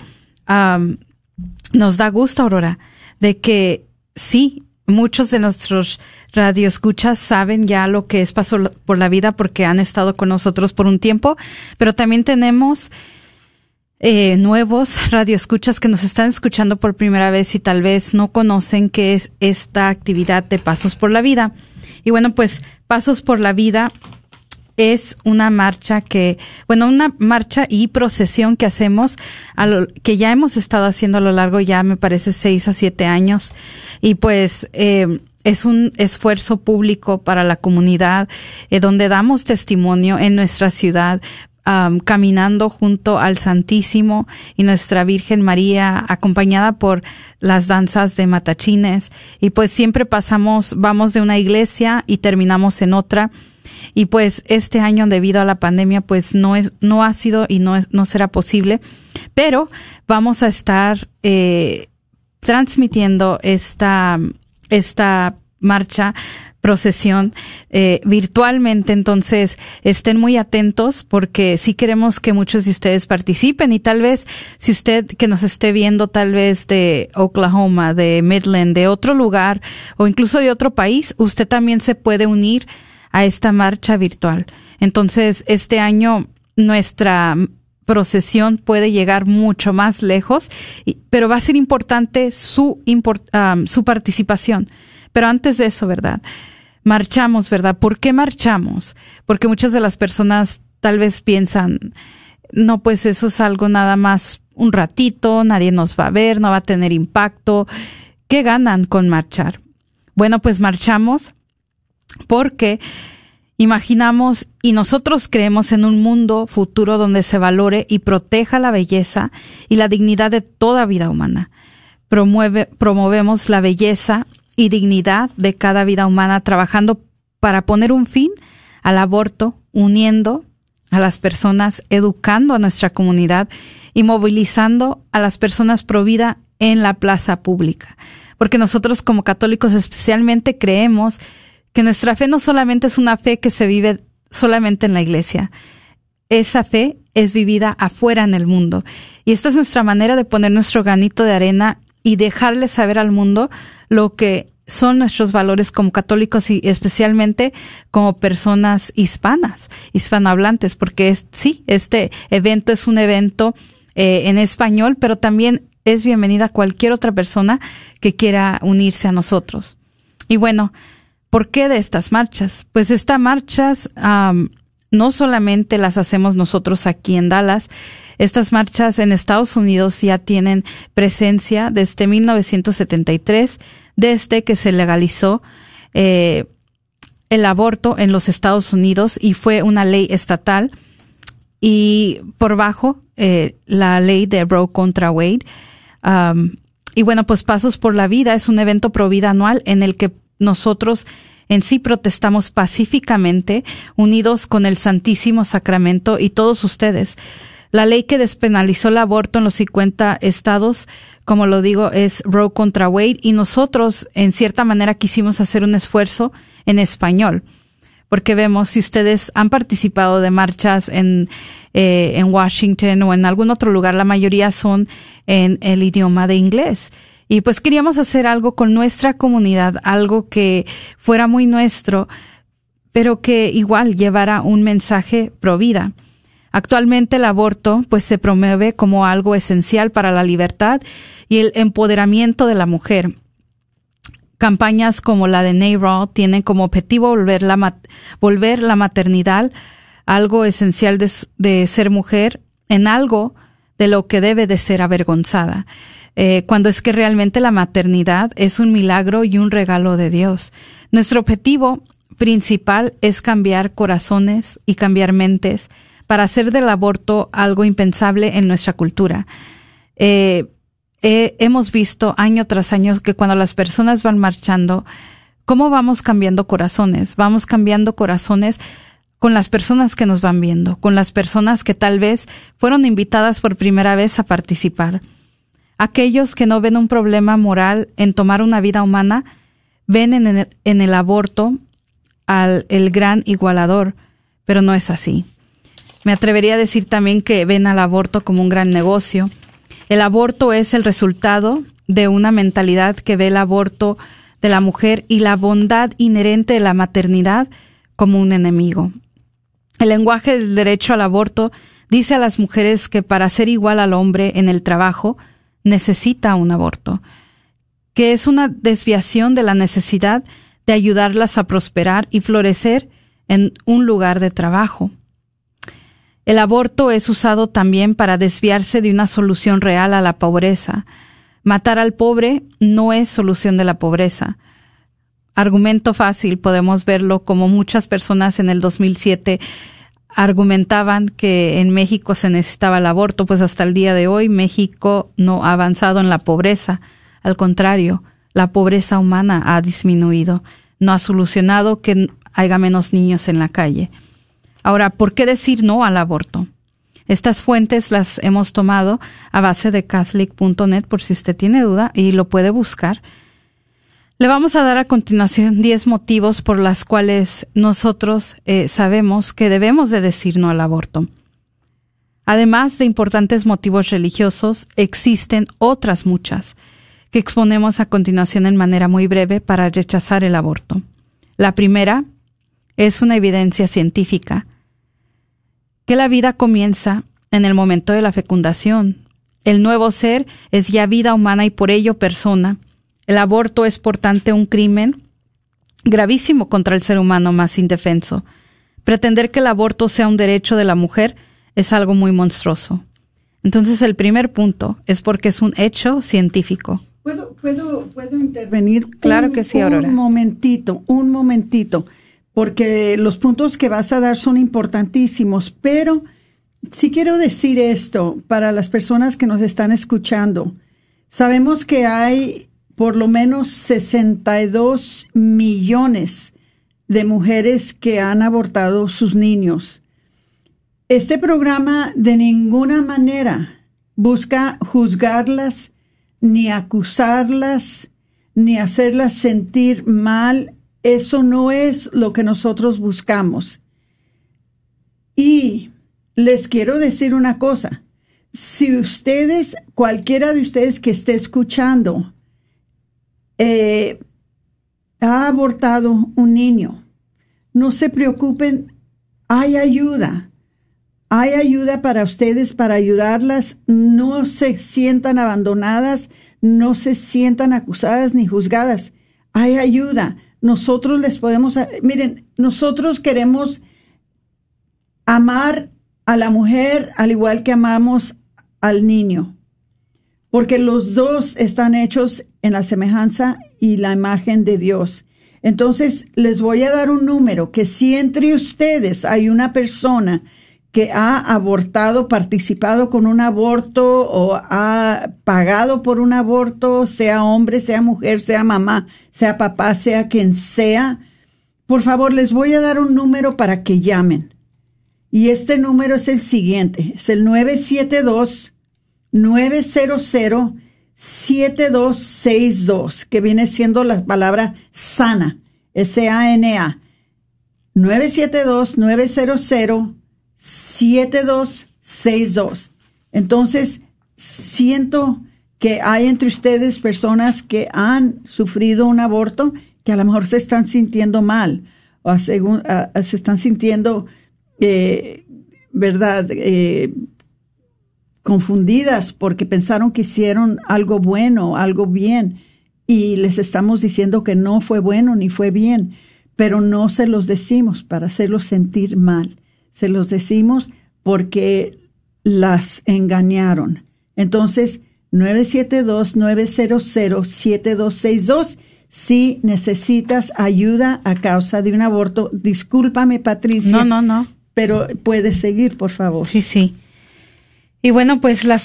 nos da gusto, Aurora, de que sí, muchos de nuestros radioescuchas saben ya lo que es Paso por la Vida porque han estado con nosotros por un tiempo, pero también tenemos nuevos radioescuchas que nos están escuchando por primera vez y tal vez no conocen qué es esta actividad de Pasos por la Vida. Y bueno, pues Pasos por la Vida es una marcha una marcha y procesión que hacemos, que ya hemos estado haciendo a lo largo, ya me parece 6 a 7 años. Y pues, es un esfuerzo público para la comunidad, donde damos testimonio en nuestra ciudad, caminando junto al Santísimo y nuestra Virgen María, acompañada por las danzas de matachines. Y pues siempre vamos de una iglesia y terminamos en otra. Y pues este año, debido a la pandemia, pues no ha sido y no será posible, pero vamos a estar transmitiendo esta marcha, procesión, virtualmente. Entonces estén muy atentos porque sí queremos que muchos de ustedes participen, y tal vez si usted que nos esté viendo tal vez de Oklahoma, de Midland, de otro lugar o incluso de otro país, usted también se puede unir a esta marcha virtual. Entonces, este año nuestra procesión puede llegar mucho más lejos, pero va a ser importante su participación. Pero antes de eso, ¿verdad? Marchamos, ¿verdad? ¿Por qué marchamos? Porque muchas de las personas tal vez piensan, no, pues eso es algo nada más un ratito, nadie nos va a ver, no va a tener impacto. ¿Qué ganan con marchar? Bueno, pues marchamos porque imaginamos y nosotros creemos en un mundo futuro donde se valore y proteja la belleza y la dignidad de toda vida humana. Promovemos la belleza y dignidad de cada vida humana, trabajando para poner un fin al aborto, uniendo a las personas, educando a nuestra comunidad y movilizando a las personas pro vida en la plaza pública. Porque nosotros como católicos especialmente creemos que nuestra fe no solamente es una fe que se vive solamente en la iglesia. Esa fe es vivida afuera en el mundo. Y esta es nuestra manera de poner nuestro granito de arena y dejarle saber al mundo lo que son nuestros valores como católicos y especialmente como personas hispanas, hispanohablantes, porque este evento es un evento en español, pero también es bienvenida cualquier otra persona que quiera unirse a nosotros. Y bueno, ¿por qué de estas marchas? Pues estas marchas no solamente las hacemos nosotros aquí en Dallas. Estas marchas en Estados Unidos ya tienen presencia desde 1973, desde que se legalizó el aborto en los Estados Unidos y fue una ley estatal, y por bajo la ley de Roe contra Wade. Y bueno, pues Pasos por la Vida es un evento pro vida anual en el que nosotros en sí protestamos pacíficamente, unidos con el Santísimo Sacramento y todos ustedes. La ley que despenalizó el aborto en los 50 estados, como lo digo, es Roe contra Wade, y nosotros en cierta manera quisimos hacer un esfuerzo en español, porque vemos, si ustedes han participado de marchas en Washington o en algún otro lugar, la mayoría son en el idioma de inglés. Y pues queríamos hacer algo con nuestra comunidad, algo que fuera muy nuestro, pero que igual llevara un mensaje pro vida. Actualmente el aborto pues se promueve como algo esencial para la libertad y el empoderamiento de la mujer. Campañas como la de NARAL tienen como objetivo volver la maternidad algo esencial de ser mujer en algo de lo que debe de ser avergonzada. Cuando es que realmente la maternidad es un milagro y un regalo de Dios. Nuestro objetivo principal es cambiar corazones y cambiar mentes para hacer del aborto algo impensable en nuestra cultura. Hemos visto año tras año que cuando las personas van marchando, ¿cómo vamos cambiando corazones? Vamos cambiando corazones con las personas que nos van viendo, con las personas que tal vez fueron invitadas por primera vez a participar. Aquellos que no ven un problema moral en tomar una vida humana, ven en el aborto el gran igualador, pero no es así. Me atrevería a decir también que ven al aborto como un gran negocio. El aborto es el resultado de una mentalidad que ve el aborto de la mujer y la bondad inherente de la maternidad como un enemigo. El lenguaje del derecho al aborto dice a las mujeres que para ser igual al hombre en el trabajo necesita un aborto, que es una desviación de la necesidad de ayudarlas a prosperar y florecer en un lugar de trabajo. El aborto es usado también para desviarse de una solución real a la pobreza. Matar al pobre no es solución de la pobreza. Argumento fácil, podemos verlo como muchas personas en el 2007 argumentaban que en México se necesitaba el aborto, pues hasta el día de hoy México no ha avanzado en la pobreza. Al contrario, la pobreza humana ha disminuido. No ha solucionado que haya menos niños en la calle. Ahora, ¿por qué decir no al aborto? Estas fuentes las hemos tomado a base de Catholic.net por si usted tiene duda y lo puede buscar. Le vamos a dar a continuación 10 motivos por los cuales nosotros sabemos que debemos de decir no al aborto. Además de importantes motivos religiosos, existen otras muchas que exponemos a continuación en manera muy breve para rechazar el aborto. La primera es una evidencia científica, que la vida comienza en el momento de la fecundación. El nuevo ser es ya vida humana y por ello persona. El aborto es, por tanto, un crimen gravísimo contra el ser humano más indefenso. Pretender que el aborto sea un derecho de la mujer es algo muy monstruoso. Entonces, el primer punto es porque es un hecho científico. ¿Puedo intervenir? Claro que sí, Aurora. Un momentito, porque los puntos que vas a dar son importantísimos, pero sí quiero decir esto para las personas que nos están escuchando. Sabemos que hay por lo menos 62 millones de mujeres que han abortado sus niños. Este programa de ninguna manera busca juzgarlas, ni acusarlas, ni hacerlas sentir mal. Eso no es lo que nosotros buscamos. Y les quiero decir una cosa. Si ustedes, cualquiera de ustedes que esté escuchando, ha abortado un niño, no se preocupen, hay ayuda. Hay ayuda para ustedes, para ayudarlas. No se sientan abandonadas, no se sientan acusadas ni juzgadas. Hay ayuda. Nosotros les podemos... Miren, nosotros queremos amar a la mujer al igual que amamos al niño, porque los dos están hechos en la semejanza y la imagen de Dios. Entonces, les voy a dar un número, que si entre ustedes hay una persona que ha abortado, participado con un aborto o ha pagado por un aborto, sea hombre, sea mujer, sea mamá, sea papá, sea quien sea, por favor, les voy a dar un número para que llamen. Y este número es el siguiente, es el 972-900-7262, que viene siendo la palabra SANA, S-A-N-A, 972-900-7262. Entonces, siento que hay entre ustedes personas que han sufrido un aborto, que a lo mejor se están sintiendo mal, o se están sintiendo, ¿verdad?, confundidas porque pensaron que hicieron algo bueno, algo bien, y les estamos diciendo que no fue bueno ni fue bien, pero no se los decimos para hacerlos sentir mal. Se los decimos porque las engañaron. Entonces, 972-900-7262. Si necesitas ayuda a causa de un aborto, discúlpame, Patricia. No. Pero puedes seguir, por favor. Sí. Y bueno, pues el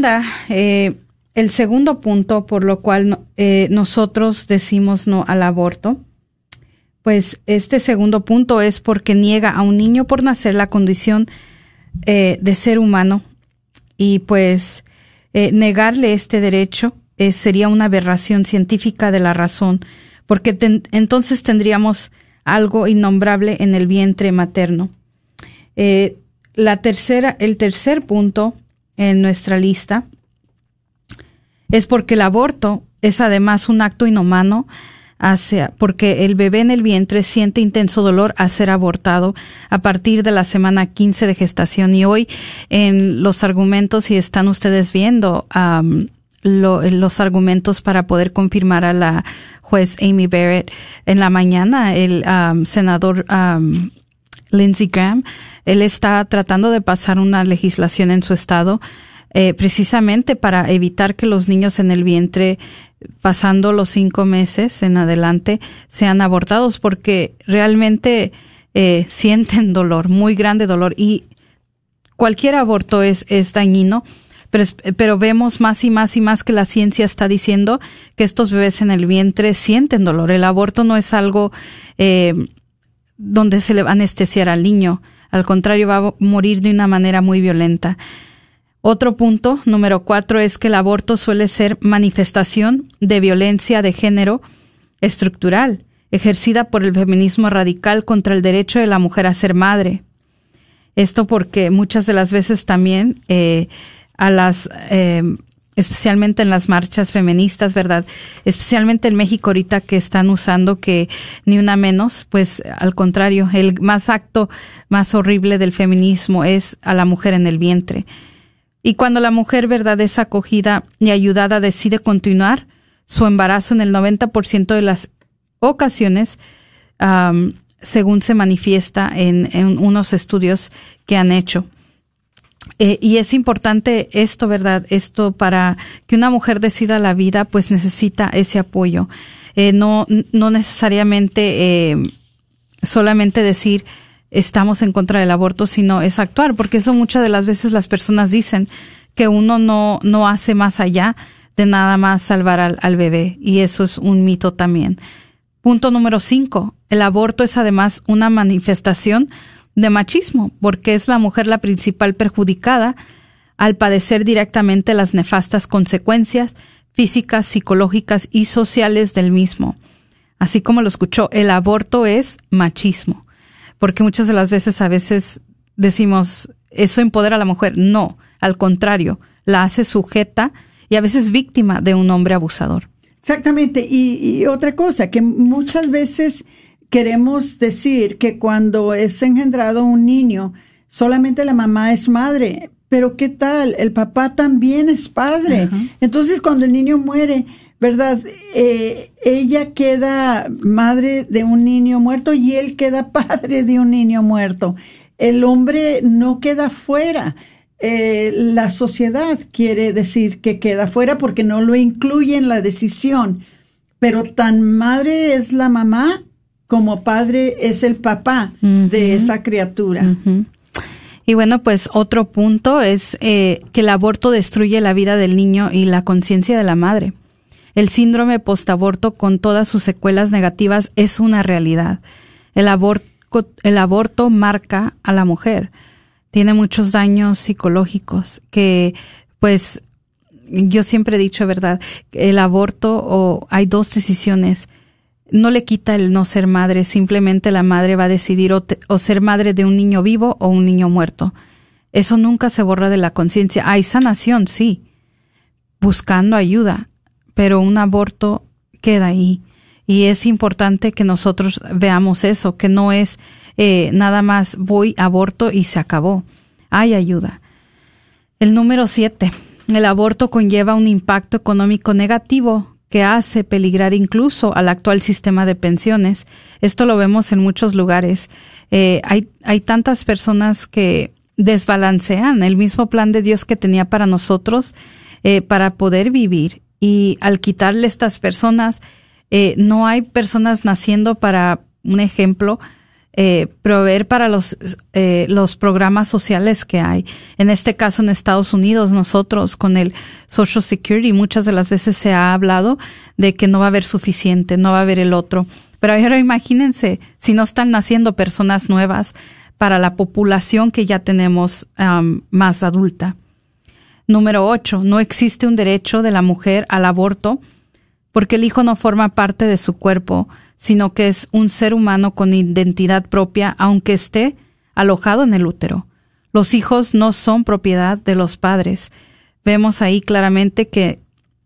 segundo punto por lo cual nosotros decimos no al aborto, pues este segundo punto es porque niega a un niño por nacer la condición de ser humano, y pues negarle este derecho sería una aberración científica de la razón, porque entonces tendríamos algo innombrable en el vientre materno. El tercer punto en nuestra lista es porque el aborto es además un acto inhumano, porque el bebé en el vientre siente intenso dolor a ser abortado a partir de la semana 15 de gestación. Y hoy en los argumentos, si están ustedes viendo los argumentos para poder confirmar a la juez Amy Barrett, en la mañana el senador Lindsey Graham, él está tratando de pasar una legislación en su estado precisamente para evitar que los niños en el vientre, pasando los 5 meses en adelante, sean abortados, porque realmente sienten dolor, muy grande dolor, y cualquier aborto es dañino, pero vemos más y más y más que la ciencia está diciendo que estos bebés en el vientre sienten dolor. El aborto no es algo donde se le va a anestesiar al niño, al contrario, va a morir de una manera muy violenta. Otro punto, número 4, es que el aborto suele ser manifestación de violencia de género estructural, ejercida por el feminismo radical contra el derecho de la mujer a ser madre. Esto porque muchas de las veces también especialmente en las marchas feministas, ¿verdad? Especialmente en México ahorita, que están usando que ni una menos, pues al contrario, el acto más horrible del feminismo es a la mujer en el vientre. Y cuando la mujer, ¿verdad?, es acogida y ayudada, decide continuar su embarazo en el 90% de las ocasiones, según se manifiesta en unos estudios que han hecho. Y es importante esto, ¿verdad? Esto, para que una mujer decida la vida, pues necesita ese apoyo. No necesariamente solamente decir estamos en contra del aborto, sino es actuar, porque eso muchas de las veces las personas dicen que uno no hace más allá de nada más salvar al bebé, y eso es un mito también. Punto número 5. El aborto es además una manifestación de machismo, porque es la mujer la principal perjudicada al padecer directamente las nefastas consecuencias físicas, psicológicas y sociales del mismo. Así como lo escuchó, el aborto es machismo, porque muchas de las veces decimos eso empodera a la mujer. No, al contrario, la hace sujeta y a veces víctima de un hombre abusador. Exactamente. Y otra cosa, que muchas veces queremos decir que cuando es engendrado un niño, solamente la mamá es madre. Pero ¿qué tal? El papá también es padre. Uh-huh. Entonces, cuando el niño muere, ¿verdad? Ella queda madre de un niño muerto y él queda padre de un niño muerto. El hombre no queda fuera. La sociedad quiere decir que queda fuera porque no lo incluye en la decisión. Pero tan madre es la mamá como padre es el papá uh-huh. de esa criatura. Uh-huh. Y bueno, pues otro punto es que el aborto destruye la vida del niño y la conciencia de la madre. El síndrome postaborto con todas sus secuelas negativas es una realidad. El aborto marca a la mujer. Tiene muchos daños psicológicos que, pues, yo siempre he dicho, ¿verdad? El aborto, hay dos decisiones. No le quita el no ser madre, simplemente la madre va a decidir o ser madre de un niño vivo o un niño muerto. Eso nunca se borra de la conciencia. Hay sanación, sí, buscando ayuda, pero un aborto queda ahí. Y es importante que nosotros veamos eso, que no es nada más voy, aborto y se acabó. Hay ayuda. El número 7. El aborto conlleva un impacto económico negativo que hace peligrar incluso al actual sistema de pensiones. Esto lo vemos en muchos lugares. Hay tantas personas que desbalancean el mismo plan de Dios que tenía para nosotros para poder vivir. Y al quitarle a estas personas, no hay personas naciendo para, un ejemplo, proveer para los programas sociales que hay. En este caso, en Estados Unidos, nosotros con el Social Security, muchas de las veces se ha hablado de que no va a haber suficiente, no va a haber el otro. Pero ahora imagínense, si no están naciendo personas nuevas para la población que ya tenemos más adulta. Número 8, no existe un derecho de la mujer al aborto porque el hijo no forma parte de su cuerpo, sino que es un ser humano con identidad propia, aunque esté alojado en el útero. Los hijos no son propiedad de los padres. Vemos ahí claramente que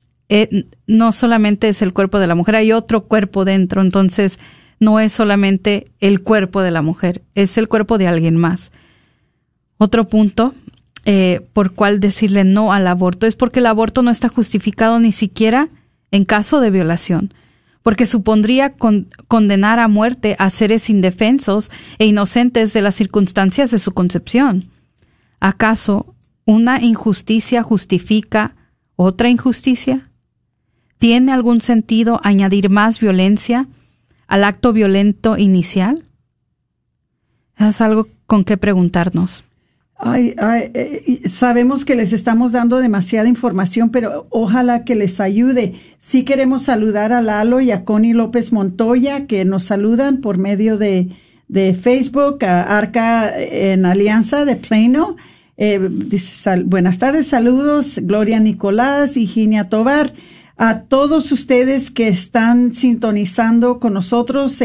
no solamente es el cuerpo de la mujer, hay otro cuerpo dentro, entonces no es solamente el cuerpo de la mujer, es el cuerpo de alguien más. Otro punto por cual decirle no al aborto es porque el aborto no está justificado ni siquiera en caso de violación, porque supondría condenar a muerte a seres indefensos e inocentes de las circunstancias de su concepción. ¿Acaso una injusticia justifica otra injusticia? ¿Tiene algún sentido añadir más violencia al acto violento inicial? Es algo con qué preguntarnos. Sabemos que les estamos dando demasiada información, pero ojalá que les ayude. Sí queremos saludar a Lalo y a Connie López Montoya, que nos saludan por medio de Facebook, a Arca en Alianza de Plano. Dice, buenas tardes, saludos, Gloria Nicolás y Ginia Tobar. A todos ustedes que están sintonizando con nosotros,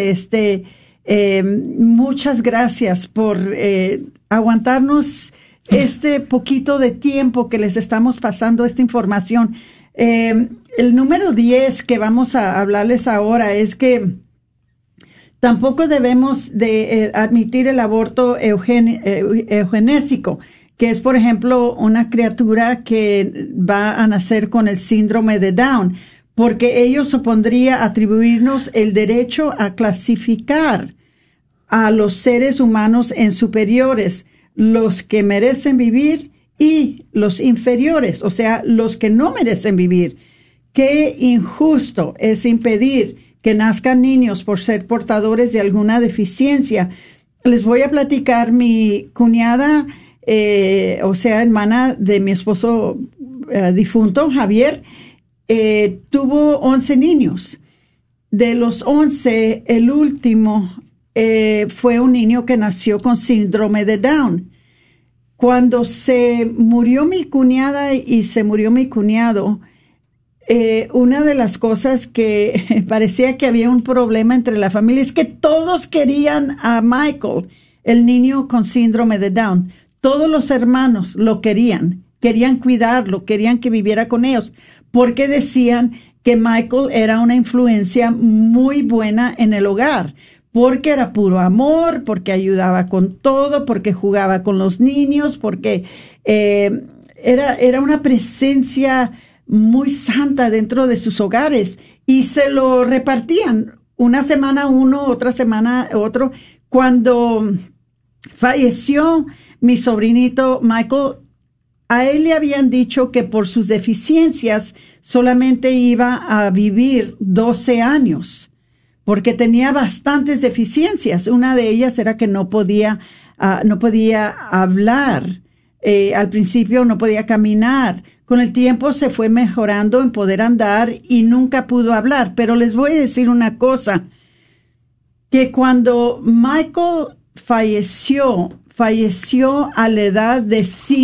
muchas gracias por aguantarnos este poquito de tiempo que les estamos pasando esta información. El número 10 que vamos a hablarles ahora es que tampoco debemos de admitir el aborto eugenésico, que es, por ejemplo, una criatura que va a nacer con el síndrome de Down, porque ello supondría atribuirnos el derecho a clasificar a los seres humanos en superiores, los que merecen vivir y los inferiores, o sea, los que no merecen vivir. Qué injusto es impedir que nazcan niños por ser portadores de alguna deficiencia. Les voy a platicar, mi cuñada, o sea, hermana de mi esposo difunto, Javier, tuvo 11 niños. De los 11, el último fue un niño que nació con síndrome de Down. Cuando se murió mi cuñada y se murió mi cuñado, una de las cosas que parecía que había un problema entre la familia es que todos querían a Michael, el niño con síndrome de Down. todos los hermanos lo querían cuidarlo, querían que viviera con ellos, porque decían que Michael era una influencia muy buena en el hogar, porque era puro amor, porque ayudaba con todo, porque jugaba con los niños, porque era una presencia muy santa dentro de sus hogares, y se lo repartían una semana uno, otra semana otro. Cuando falleció mi sobrinito Michael, a él le habían dicho que por sus deficiencias solamente iba a vivir 12 años, porque tenía bastantes deficiencias. Una de ellas era que no podía hablar. Al principio no podía caminar. Con el tiempo se fue mejorando en poder andar y nunca pudo hablar. Pero les voy a decir una cosa, que cuando Michael falleció a la edad de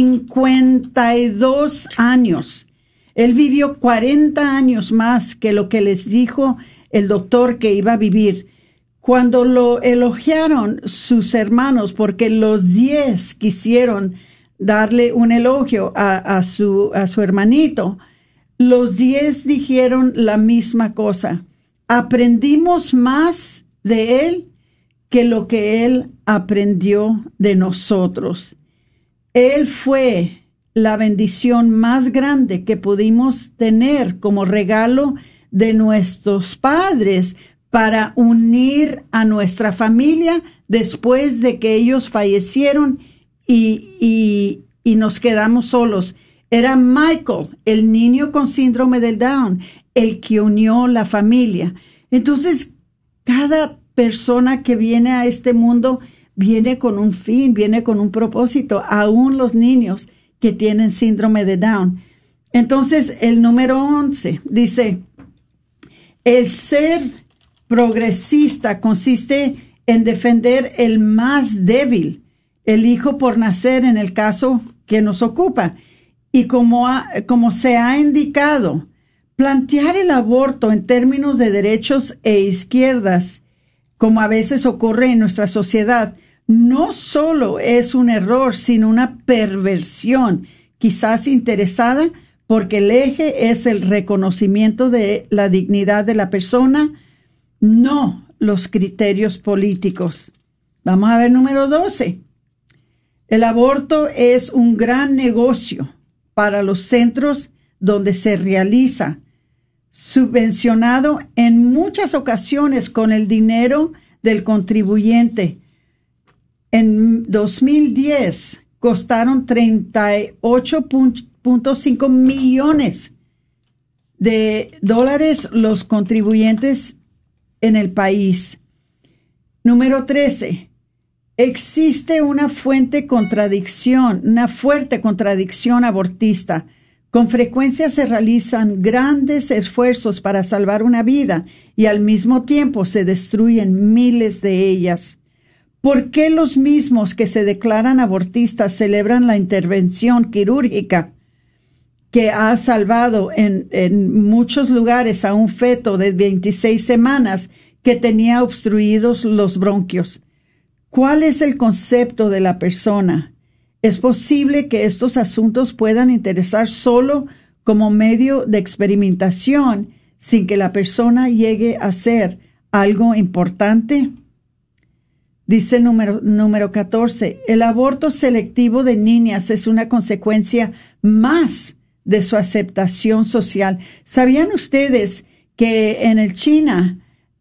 52 años. Él vivió 40 años más que lo que les dijo el doctor que iba a vivir. Cuando lo elogiaron sus hermanos, porque los 10 quisieron darle un elogio a su hermanito, los 10 dijeron la misma cosa. Aprendimos más de él que lo que él aprendió de nosotros. Él fue la bendición más grande que pudimos tener como regalo de nuestros padres para unir a nuestra familia después de que ellos fallecieron y nos quedamos solos. Era Michael, el niño con síndrome del Down, el que unió la familia. Entonces, cada persona que viene a este mundo viene con un fin, viene con un propósito, aún los niños que tienen síndrome de Down. Entonces, el número 11 dice, el ser progresista consiste en defender el más débil, el hijo por nacer en el caso que nos ocupa. Y como se ha indicado, plantear el aborto en términos de derechos e izquierdas, como a veces ocurre en nuestra sociedad, no solo es un error, sino una perversión, quizás interesada, porque el eje es el reconocimiento de la dignidad de la persona, no los criterios políticos. Vamos a ver número 12. El aborto es un gran negocio para los centros donde se realiza, subvencionado en muchas ocasiones con el dinero del contribuyente. En 2010 costaron $38.5 millones los contribuyentes en el país. Número 13. Existe una fuerte contradicción abortista. Con frecuencia se realizan grandes esfuerzos para salvar una vida y al mismo tiempo se destruyen miles de ellas. ¿Por qué los mismos que se declaran abortistas celebran la intervención quirúrgica que ha salvado en muchos lugares a un feto de 26 semanas que tenía obstruidos los bronquios? ¿Cuál es el concepto de la persona? Es posible que estos asuntos puedan interesar solo como medio de experimentación sin que la persona llegue a ser algo importante. Dice número 14, el aborto selectivo de niñas es una consecuencia más de su aceptación social. ¿Sabían ustedes que en el China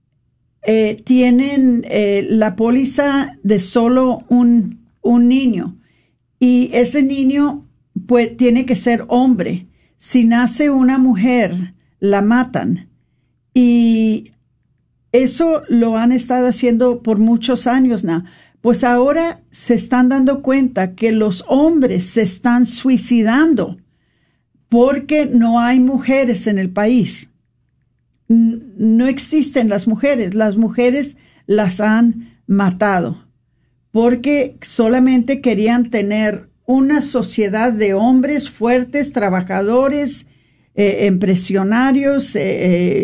tienen la póliza de solo un niño? Y ese niño pues tiene que ser hombre. Si nace una mujer, la matan. Y eso lo han estado haciendo por muchos años now. Pues ahora se están dando cuenta que los hombres se están suicidando porque no hay mujeres en el país. No existen las mujeres las han matado. Porque solamente querían tener una sociedad de hombres fuertes, trabajadores, empresarios,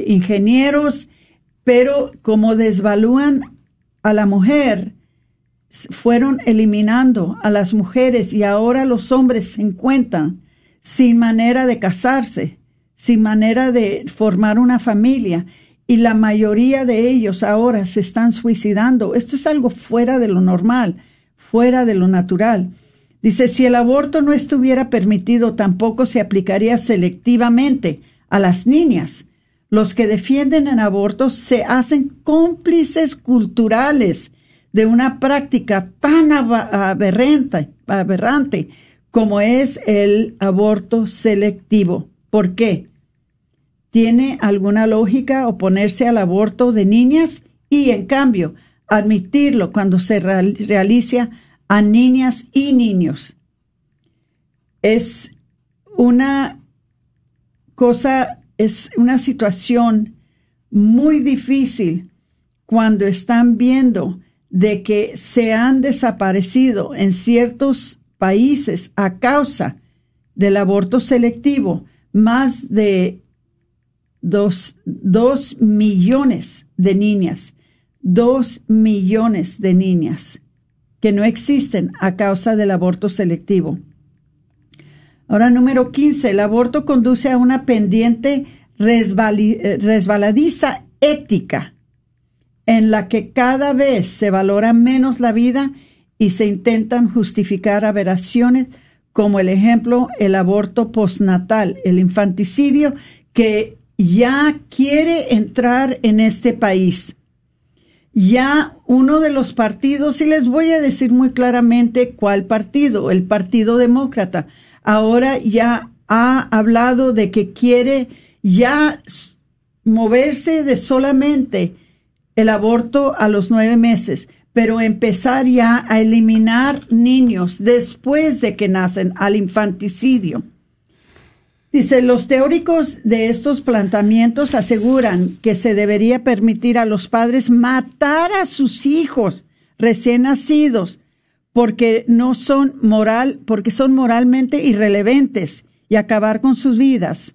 ingenieros, pero como desvalúan a la mujer, fueron eliminando a las mujeres y ahora los hombres se encuentran sin manera de casarse, sin manera de formar una familia, y la mayoría de ellos ahora se están suicidando. Esto es algo fuera de lo normal, fuera de lo natural. Dice, si el aborto no estuviera permitido, tampoco se aplicaría selectivamente a las niñas. Los que defienden el aborto se hacen cómplices culturales de una práctica tan aberrante como es el aborto selectivo. ¿Por qué? ¿Tiene alguna lógica oponerse al aborto de niñas y, en cambio, admitirlo cuando se realiza a niñas y niños? Es una situación muy difícil cuando están viendo de que se han desaparecido en ciertos países a causa del aborto selectivo más de 2 millones de niñas, 2 millones de niñas que no existen a causa del aborto selectivo. Ahora, número 15, el aborto conduce a una pendiente resbaladiza ética en la que cada vez se valora menos la vida y se intentan justificar aberraciones como el ejemplo, el aborto postnatal, el infanticidio que ya quiere entrar en este país. Ya uno de los partidos, y les voy a decir muy claramente cuál partido, el Partido Demócrata, ahora ya ha hablado de que quiere ya moverse de solamente el aborto a los 9 meses, pero empezar ya a eliminar niños después de que nacen, al infanticidio. Dice, los teóricos de estos planteamientos aseguran que se debería permitir a los padres matar a sus hijos recién nacidos porque son moralmente irrelevantes y acabar con sus vidas.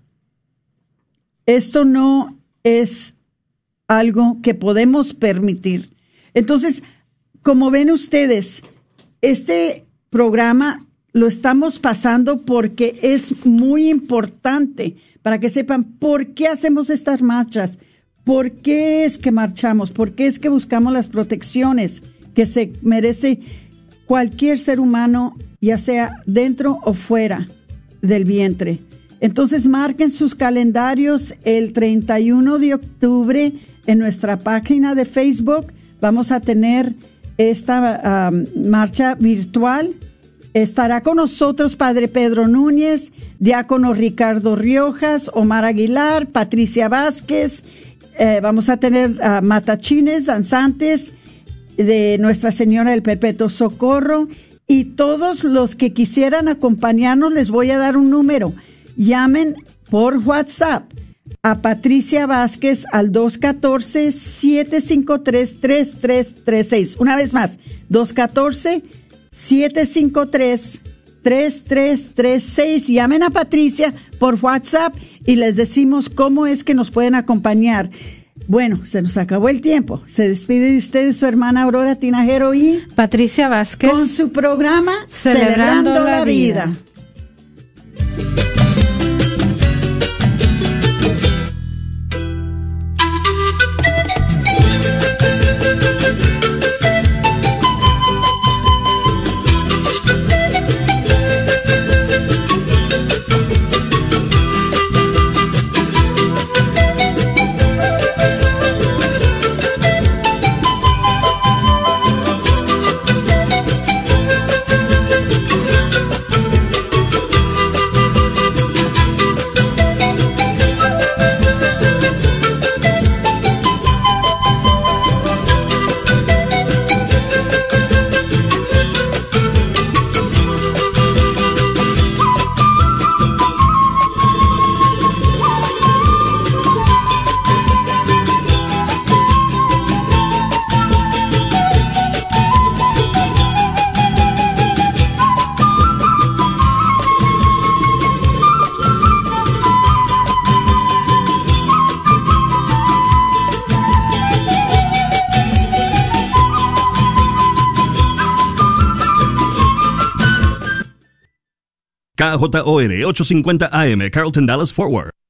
Esto no es algo que podemos permitir. Entonces, como ven ustedes, este programa lo estamos pasando porque es muy importante para que sepan por qué hacemos estas marchas, por qué es que marchamos, por qué es que buscamos las protecciones que se merece cualquier ser humano, ya sea dentro o fuera del vientre. Entonces, marquen sus calendarios el 31 de octubre en nuestra página de Facebook. Vamos a tener esta marcha virtual. Estará con nosotros Padre Pedro Núñez, Diácono Ricardo Riojas, Omar Aguilar, Patricia Vázquez. Vamos a tener matachines, danzantes de Nuestra Señora del Perpetuo Socorro. Y todos los que quisieran acompañarnos, les voy a dar un número. Llamen por WhatsApp a Patricia Vázquez al 214-753-3336. Una vez más, 214-753-3336. Llamen a Patricia por WhatsApp y les decimos cómo es que nos pueden acompañar. Bueno, se nos acabó el tiempo. Se despide de ustedes su hermana Aurora Tinajero y Patricia Vázquez con su programa Celebrando la Vida. KJOR 850 AM, Carrollton, Dallas, Fort Worth.